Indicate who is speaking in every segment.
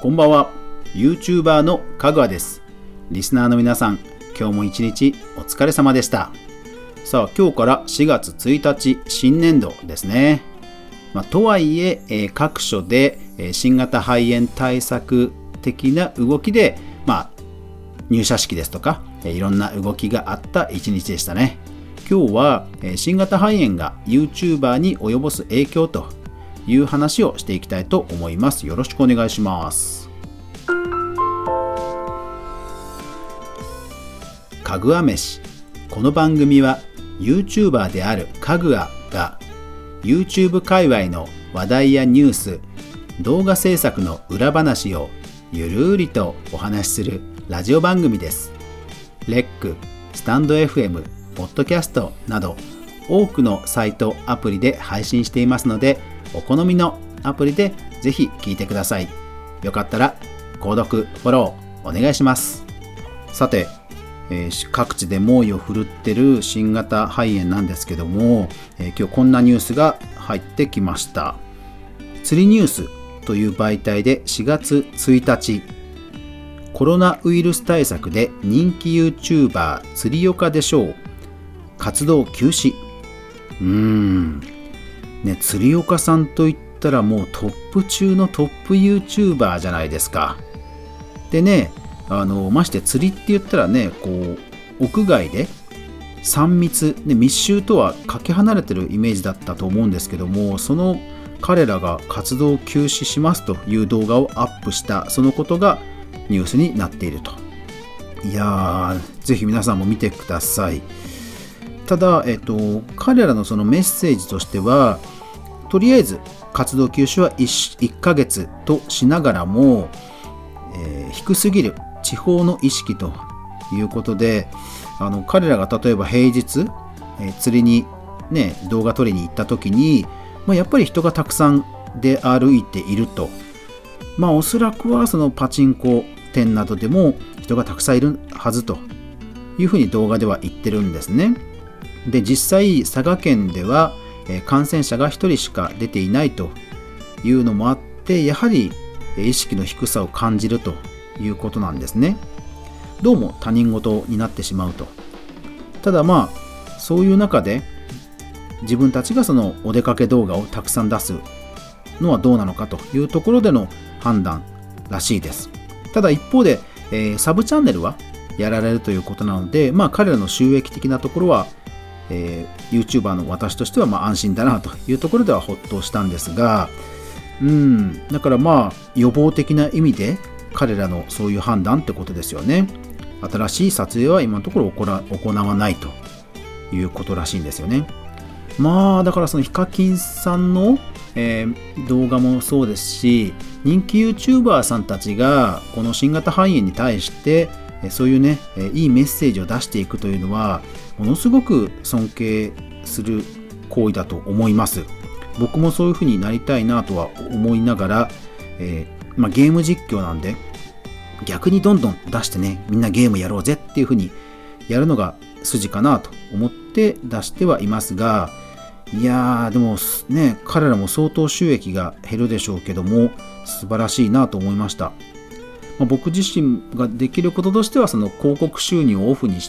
Speaker 1: こんばんは。 YouTuber のかぐわです。リスナーの皆さん、今日も一日お疲れ様でした。さあ、今日から4月1日新年度ですね。とはいえ各所で新型肺炎対策的な動きで、入社式ですとかいろんな動きがあった一日でしたね。今日は新型肺炎が YouTuber に及ぼす影響という話をしていきたいと思います。よろしくお願いします。かぐわ飯。この番組は YouTuber であるかぐわが YouTube 界隈の話題やニュース、動画制作の裏話をゆるりとお話しするラジオ番組です。レック、スタンド FM、ポッドキャストなど多くのサイト、アプリで配信していますので、お好みのアプリでぜひ聞いてください。よかったら購読、フォローお願いします。さて、各地で猛威を振るってる新型肺炎なんですけども、今日こんなニュースが入ってきました。釣りニュースという媒体で4月1日、コロナウイルス対策で人気 YouTuber 釣り岡でしょう活動休止。釣り岡さんといったらもうトップ中のトップ YouTuber じゃないですか。でね、まして釣りって言ったらね、屋外で3密、密集とはかけ離れてるイメージだったと思うんですけども、その彼らが活動休止しますという動画をアップした、そのことがニュースになっていると。いやー、ぜひ皆さんも見てください。ただ、彼らのそのメッセージとしては、とりあえず活動休止は 1ヶ月としながらも、低すぎる地方の意識ということで、彼らが例えば平日、釣りに、動画撮りに行った時に、やっぱり人がたくさんで歩いていると。おそらくはそのパチンコ店などでも人がたくさんいるはずというふうに動画では言ってるんですね。で、実際佐賀県では感染者が1人しか出ていないというのもあって、やはり意識の低さを感じるということなんですね。どうも他人事になってしまうと。ただそういう中で自分たちがそのお出かけ動画をたくさん出すのはどうなのかというところでの判断らしいです。ただ一方で、サブチャンネルはやられるということなので、彼らの収益的なところは、YouTuber の私としては安心だなというところではほっとしたんですが、だから予防的な意味で彼らのそういう判断ってことですよね。新しい撮影は今のところ行わないということらしいんですよね。だからそのヒカキンさんの、動画もそうですし、人気 YouTuber さんたちがこの新型肺炎に対してそういうね、いいメッセージを出していくというのはものすごく尊敬する行為だと思います。僕もそういうふうになりたいなとは思いながら、ゲーム実況なんで逆にどんどん出してね、みんなゲームやろうぜっていうふうにやるのが筋かなと思って出してはいますが、いやーでもね、彼らも相当収益が減るでしょうけども、素晴らしいなと思いました。僕自身ができることとしては、その広告収入をオフにして、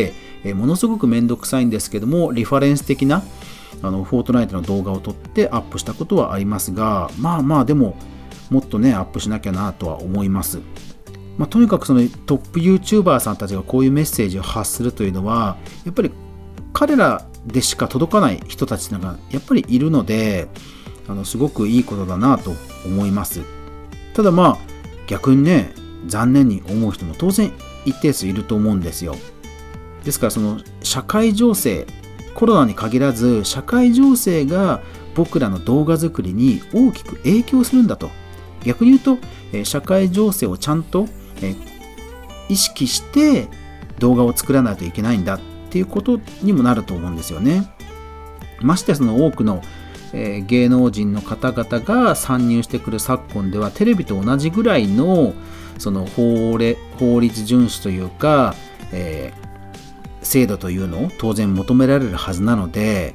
Speaker 1: ものすごくめんどくさいんですけども、リファレンス的なフォートナイトの動画を撮ってアップしたことはありますが、でももっとねアップしなきゃなとは思います。とにかくそのトップ YouTuber さんたちがこういうメッセージを発するというのは、やっぱり彼らでしか届かない人たちがやっぱりいるので、すごくいいことだなと思います。ただ逆にね、残念に思う人も当然一定数いると思うんですよ。ですからその社会情勢、コロナに限らず社会情勢が僕らの動画作りに大きく影響するんだと。逆に言うと、社会情勢をちゃんと、意識して動画を作らないといけないんだっていうことにもなると思うんですよね。ましてその多くの、芸能人の方々が参入してくる昨今では、テレビと同じぐらいのその法律遵守というか、制度というのを当然求められるはずなので、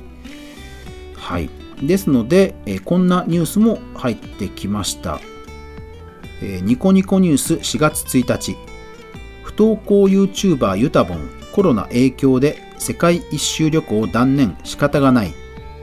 Speaker 1: ですので、こんなニュースも入ってきました。 ニコニコニュース4月1日、不登校 YouTuber ユタボン、コロナ影響で世界一周旅行を断念、仕方がない。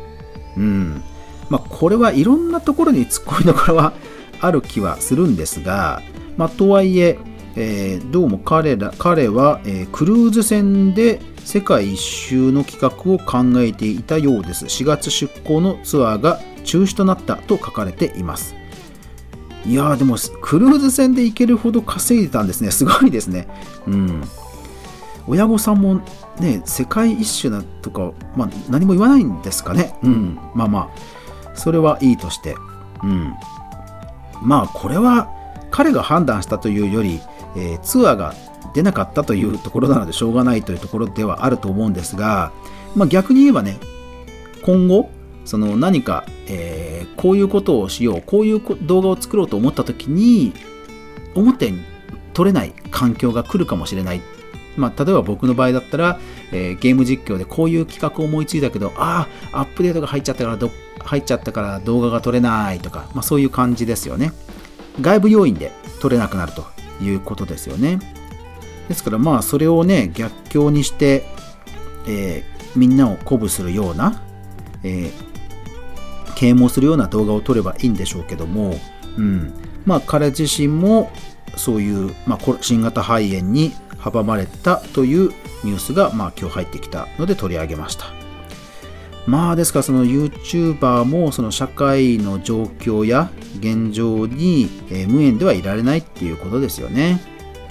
Speaker 1: これはいろんなところに突っ込みどころはある気はするんですが、とはいえどうも彼は、クルーズ船で世界一周の企画を考えていたようです。4月出港のツアーが中止となったと書かれています。いやー、でもクルーズ船で行けるほど稼いでたんですね。すごいですね。親御さんもね、世界一周なとか、何も言わないんですかね。それはいいとして、これは彼が判断したというより、ツアーが出なかったというところなのでしょうがないというところではあると思うんですが、逆に言えばね、今後何か、こういうことをしよう、こういう動画を作ろうと思った時に表に撮れない環境が来るかもしれない。例えば僕の場合だったら、ゲーム実況でこういう企画を思いついたけど、アップデートが入っちゃったから動画が撮れないとか、そういう感じですよね。外部要因で撮れなくなるということですよね。ですからそれをね、逆境にして、みんなを鼓舞するような、啓蒙するような動画を撮ればいいんでしょうけども、彼自身もそういう、新型肺炎に阻まれたというニュースが、今日入ってきたので取り上げました。ですからYouTuber もその社会の状況や現状に、無縁ではいられないっていうことですよね。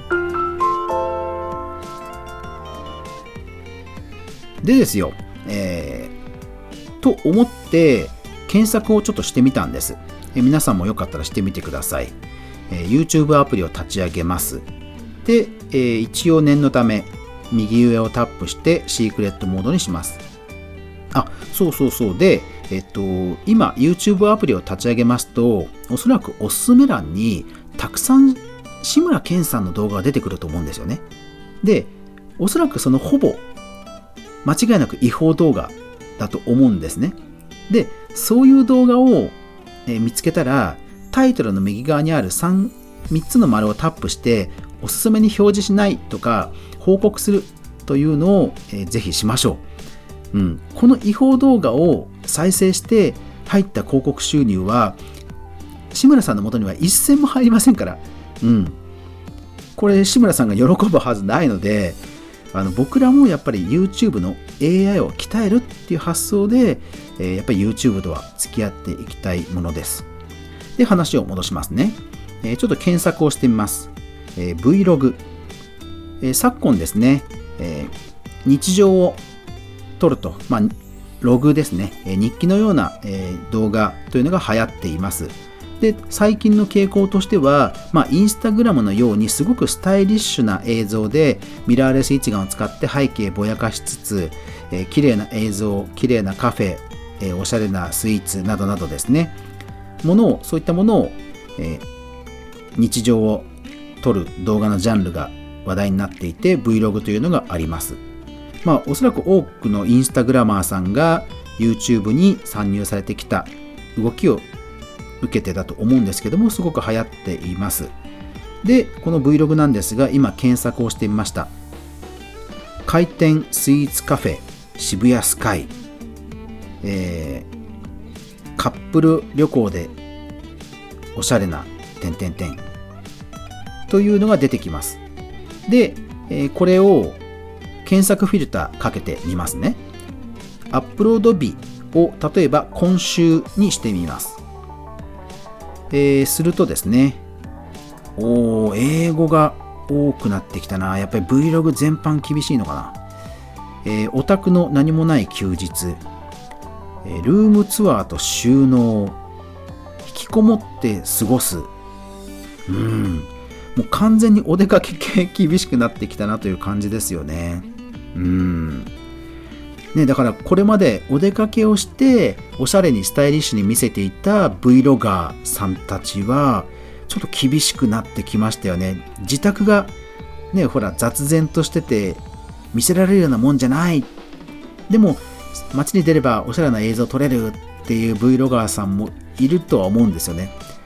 Speaker 1: でですよ、と思って検索をちょっとしてみたんです。皆さんもよかったらしてみてください。YouTube アプリを立ち上げます。で、一応念のため右上をタップしてシークレットモードにします。で、今 YouTube アプリを立ち上げますと、おそらくおすすめ欄にたくさん志村けんさんの動画が出てくると思うんですよね。で、おそらくそのほぼ間違いなく違法動画だと思うんですね。で、そういう動画を、見つけたら、タイトルの右側にある3つの丸をタップしておすすめに表示しないとか報告するというのを、ぜひしましょう。この違法動画を再生して入った広告収入は志村さんの元には一銭も入りませんから、これ志村さんが喜ぶはずないので、僕らもやっぱり YouTube の AI を鍛えるっていう発想で、やっぱり YouTube とは付き合っていきたいものです。で、話を戻しますね。ちょっと検索をしてみます。Vlog、昨今ですね、日常を撮ると、ログですね、日記のような、動画というのが流行っています。で、最近の傾向としては、インスタグラムのようにすごくスタイリッシュな映像でミラーレス一眼を使って背景ぼやかしつつ、綺麗な映像、綺麗なカフェ、おしゃれなスイーツなどなどですね、そういったものを、日常を撮る動画のジャンルが話題になっていて Vlog というのがあります。おそらく多くのインスタグラマーさんが YouTube に参入されてきた動きを受けてだと思うんですけども、すごく流行っています。で、この Vlog なんですが、今検索をしてみました。回転スイーツカフェ渋谷スカイ、カップル旅行でおしゃれなというのが出てきます。で、これを検索フィルターかけてみますね。アップロード日を例えば今週にしてみます。するとですね、英語が多くなってきたな。やっぱり Vlog 全般厳しいのかな。オタクの何もない休日、ルームツアーと収納、引きこもって過ごす。もう完全にお出かけ系厳しくなってきたなという感じですよね。だからこれまでお出かけをしておしゃれにスタイリッシュに見せていた Vlogger さんたちはちょっと厳しくなってきましたよね。自宅がね、ほら雑然としてて見せられるようなもんじゃない。でも街に出ればおしゃれな映像撮れるっていう Vlogger さんもいるとは思うんですよね。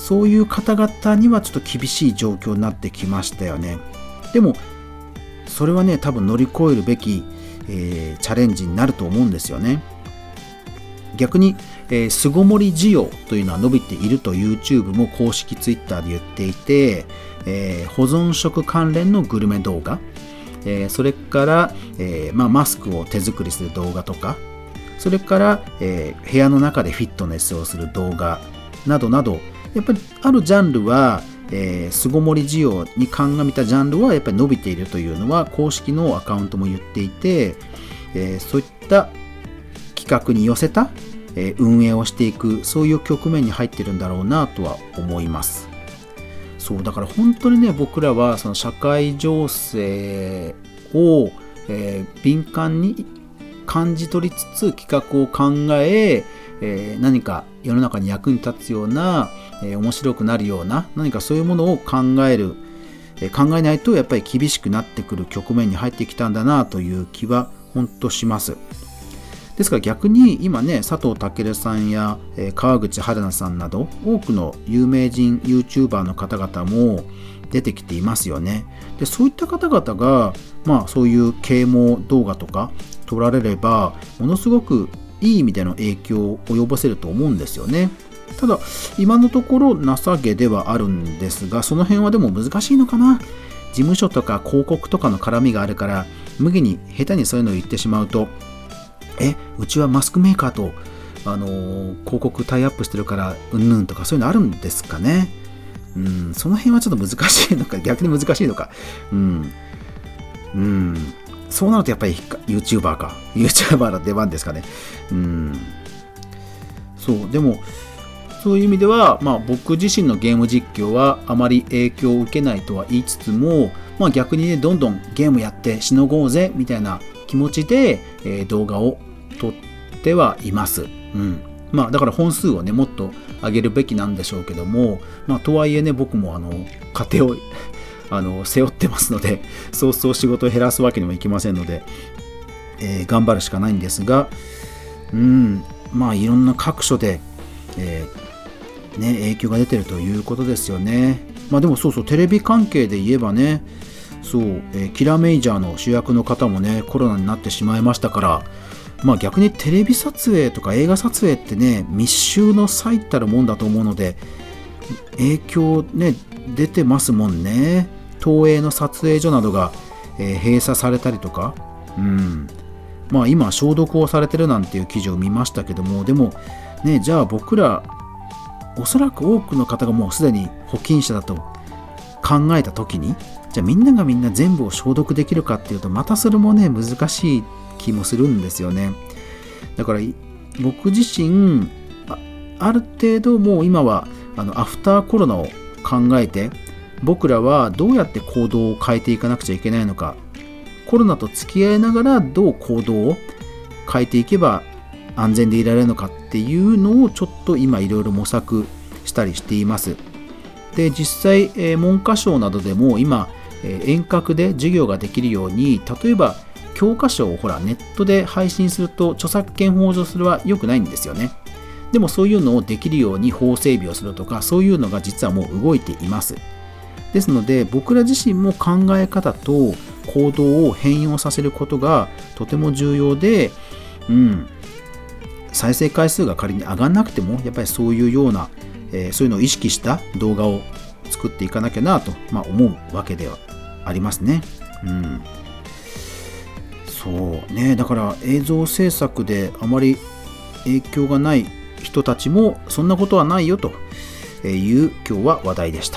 Speaker 1: そういう方々にはちょっと厳しい状況になってきましたよね。でもそれはね、多分乗り越えるべき、チャレンジになると思うんですよね。逆に、巣ごもり需要というのは伸びていると YouTube も公式 Twitter で言っていて、保存食関連のグルメ動画、それから、マスクを手作りする動画とか、それから、部屋の中でフィットネスをする動画などなど、やっぱりあるジャンルは巣ごもり需要に鑑みたジャンルはやっぱり伸びているというのは公式のアカウントも言っていて、そういった企画に寄せた、運営をしていく、そういう局面に入ってるんだろうなとは思います。そうだから本当にね、僕らはその社会情勢を、敏感に感じ取りつつ企画を考え、何か世の中に役に立つような、面白くなるような何かそういうものを考えないとやっぱり厳しくなってくる局面に入ってきたんだなという気は本当します。ですから逆に今ね、佐藤健さんや川口春奈さんなど多くの有名人 YouTuber の方々も出てきていますよね。でそういった方々が、そういう啓蒙動画とか撮られればものすごくいい意味での影響を及ぼせると思うんですよね。ただ今のところ情けではあるんですが、その辺はでも難しいのかな。事務所とか広告とかの絡みがあるから、無理に下手にそういうのを言ってしまうと、うちはマスクメーカーと、広告タイアップしてるからうんぬんとかそういうのあるんですかね。その辺はちょっと難しいのか、逆に難しいのか。そうなるとやっぱり YouTuber の出番ですかね。そうでもそういう意味では、僕自身のゲーム実況はあまり影響を受けないとは言いつつも、逆にね、どんどんゲームやってしのごうぜみたいな気持ちで、動画を撮ってはいます。だから本数をねもっと上げるべきなんでしょうけども、とはいえね、僕も家庭を背負ってますので、そうそう仕事を減らすわけにもいきませんので、頑張るしかないんですが、いろんな各所で、影響が出てるということですよね。でもそうテレビ関係で言えばね、キラメイジャーの主役の方もねコロナになってしまいましたから、逆にテレビ撮影とか映画撮影ってね、密集の最たるもんだと思うので、影響ね出てますもんね。東映の撮影所などが、閉鎖されたりとか、今消毒をされてるなんていう記事を見ましたけども、でもね、じゃあ僕らおそらく多くの方がもうすでに保菌者だと考えた時に、じゃあみんながみんな全部を消毒できるかっていうと、またそれもね難しい気もするんですよね。だから僕自身 ある程度もう今はアフターコロナを考えて、僕らはどうやって行動を変えていかなくちゃいけないのか、コロナと付き合いながらどう行動を変えていけば安全でいられるのかっていうのをちょっと今いろいろ模索したりしています。で実際、文科省などでも今、遠隔で授業ができるように、例えば教科書をネットで配信すると著作権法上それは良くないんですよね。でもそういうのをできるように法整備をするとか、そういうのが実はもう動いています。ですので僕ら自身も考え方と行動を変容させることがとても重要で、再生回数が仮に上がらなくてもやっぱりそういうような、そういうのを意識した動画を作っていかなきゃなと、思うわけではありますね。そうね、だから映像制作であまり影響がない人たちもそんなことはないよという今日は話題でした。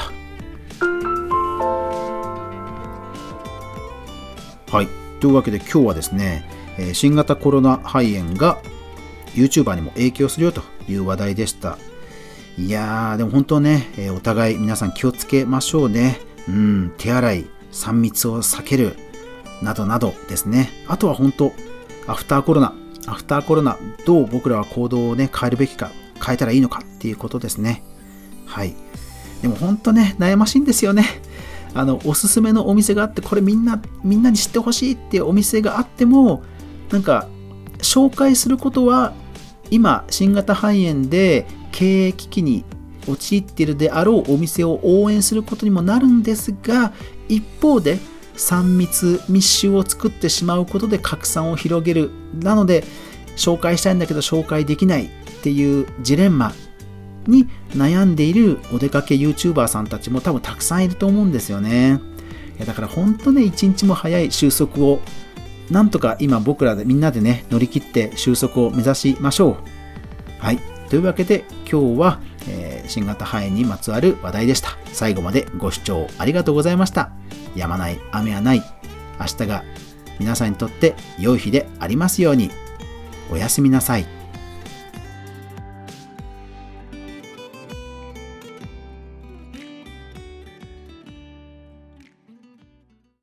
Speaker 1: はい、というわけで今日はですね、新型コロナ肺炎が YouTuber にも影響するよという話題でした。いやーでも本当ね、お互い皆さん気をつけましょうね。手洗い、3密を避けるなどなどですね。あとは本当アフターコロナどう僕らは行動をね変えるべきか、変えたらいいのかっていうことですね。はい。でも本当ね悩ましいんですよね。おすすめのお店があって、これみんなに知ってほしいっていうお店があっても、なんか紹介することは今新型肺炎で経営危機に陥っているであろうお店を応援することにもなるんですが、一方で3密密集を作ってしまうことで拡散を広げる。なので紹介したいんだけど紹介できないっていうジレンマに悩んでいるお出かけ YouTuber さんたちも多分たくさんいると思うんですよね。だから本当ね、一日も早い収束をなんとか今僕らでみんなでね乗り切って収束を目指しましょう。はい、というわけで今日は、新型肺炎にまつわる話題でした。最後までご視聴ありがとうございました。止まない雨はない。明日が皆さんにとって良い日でありますように。おやすみなさい。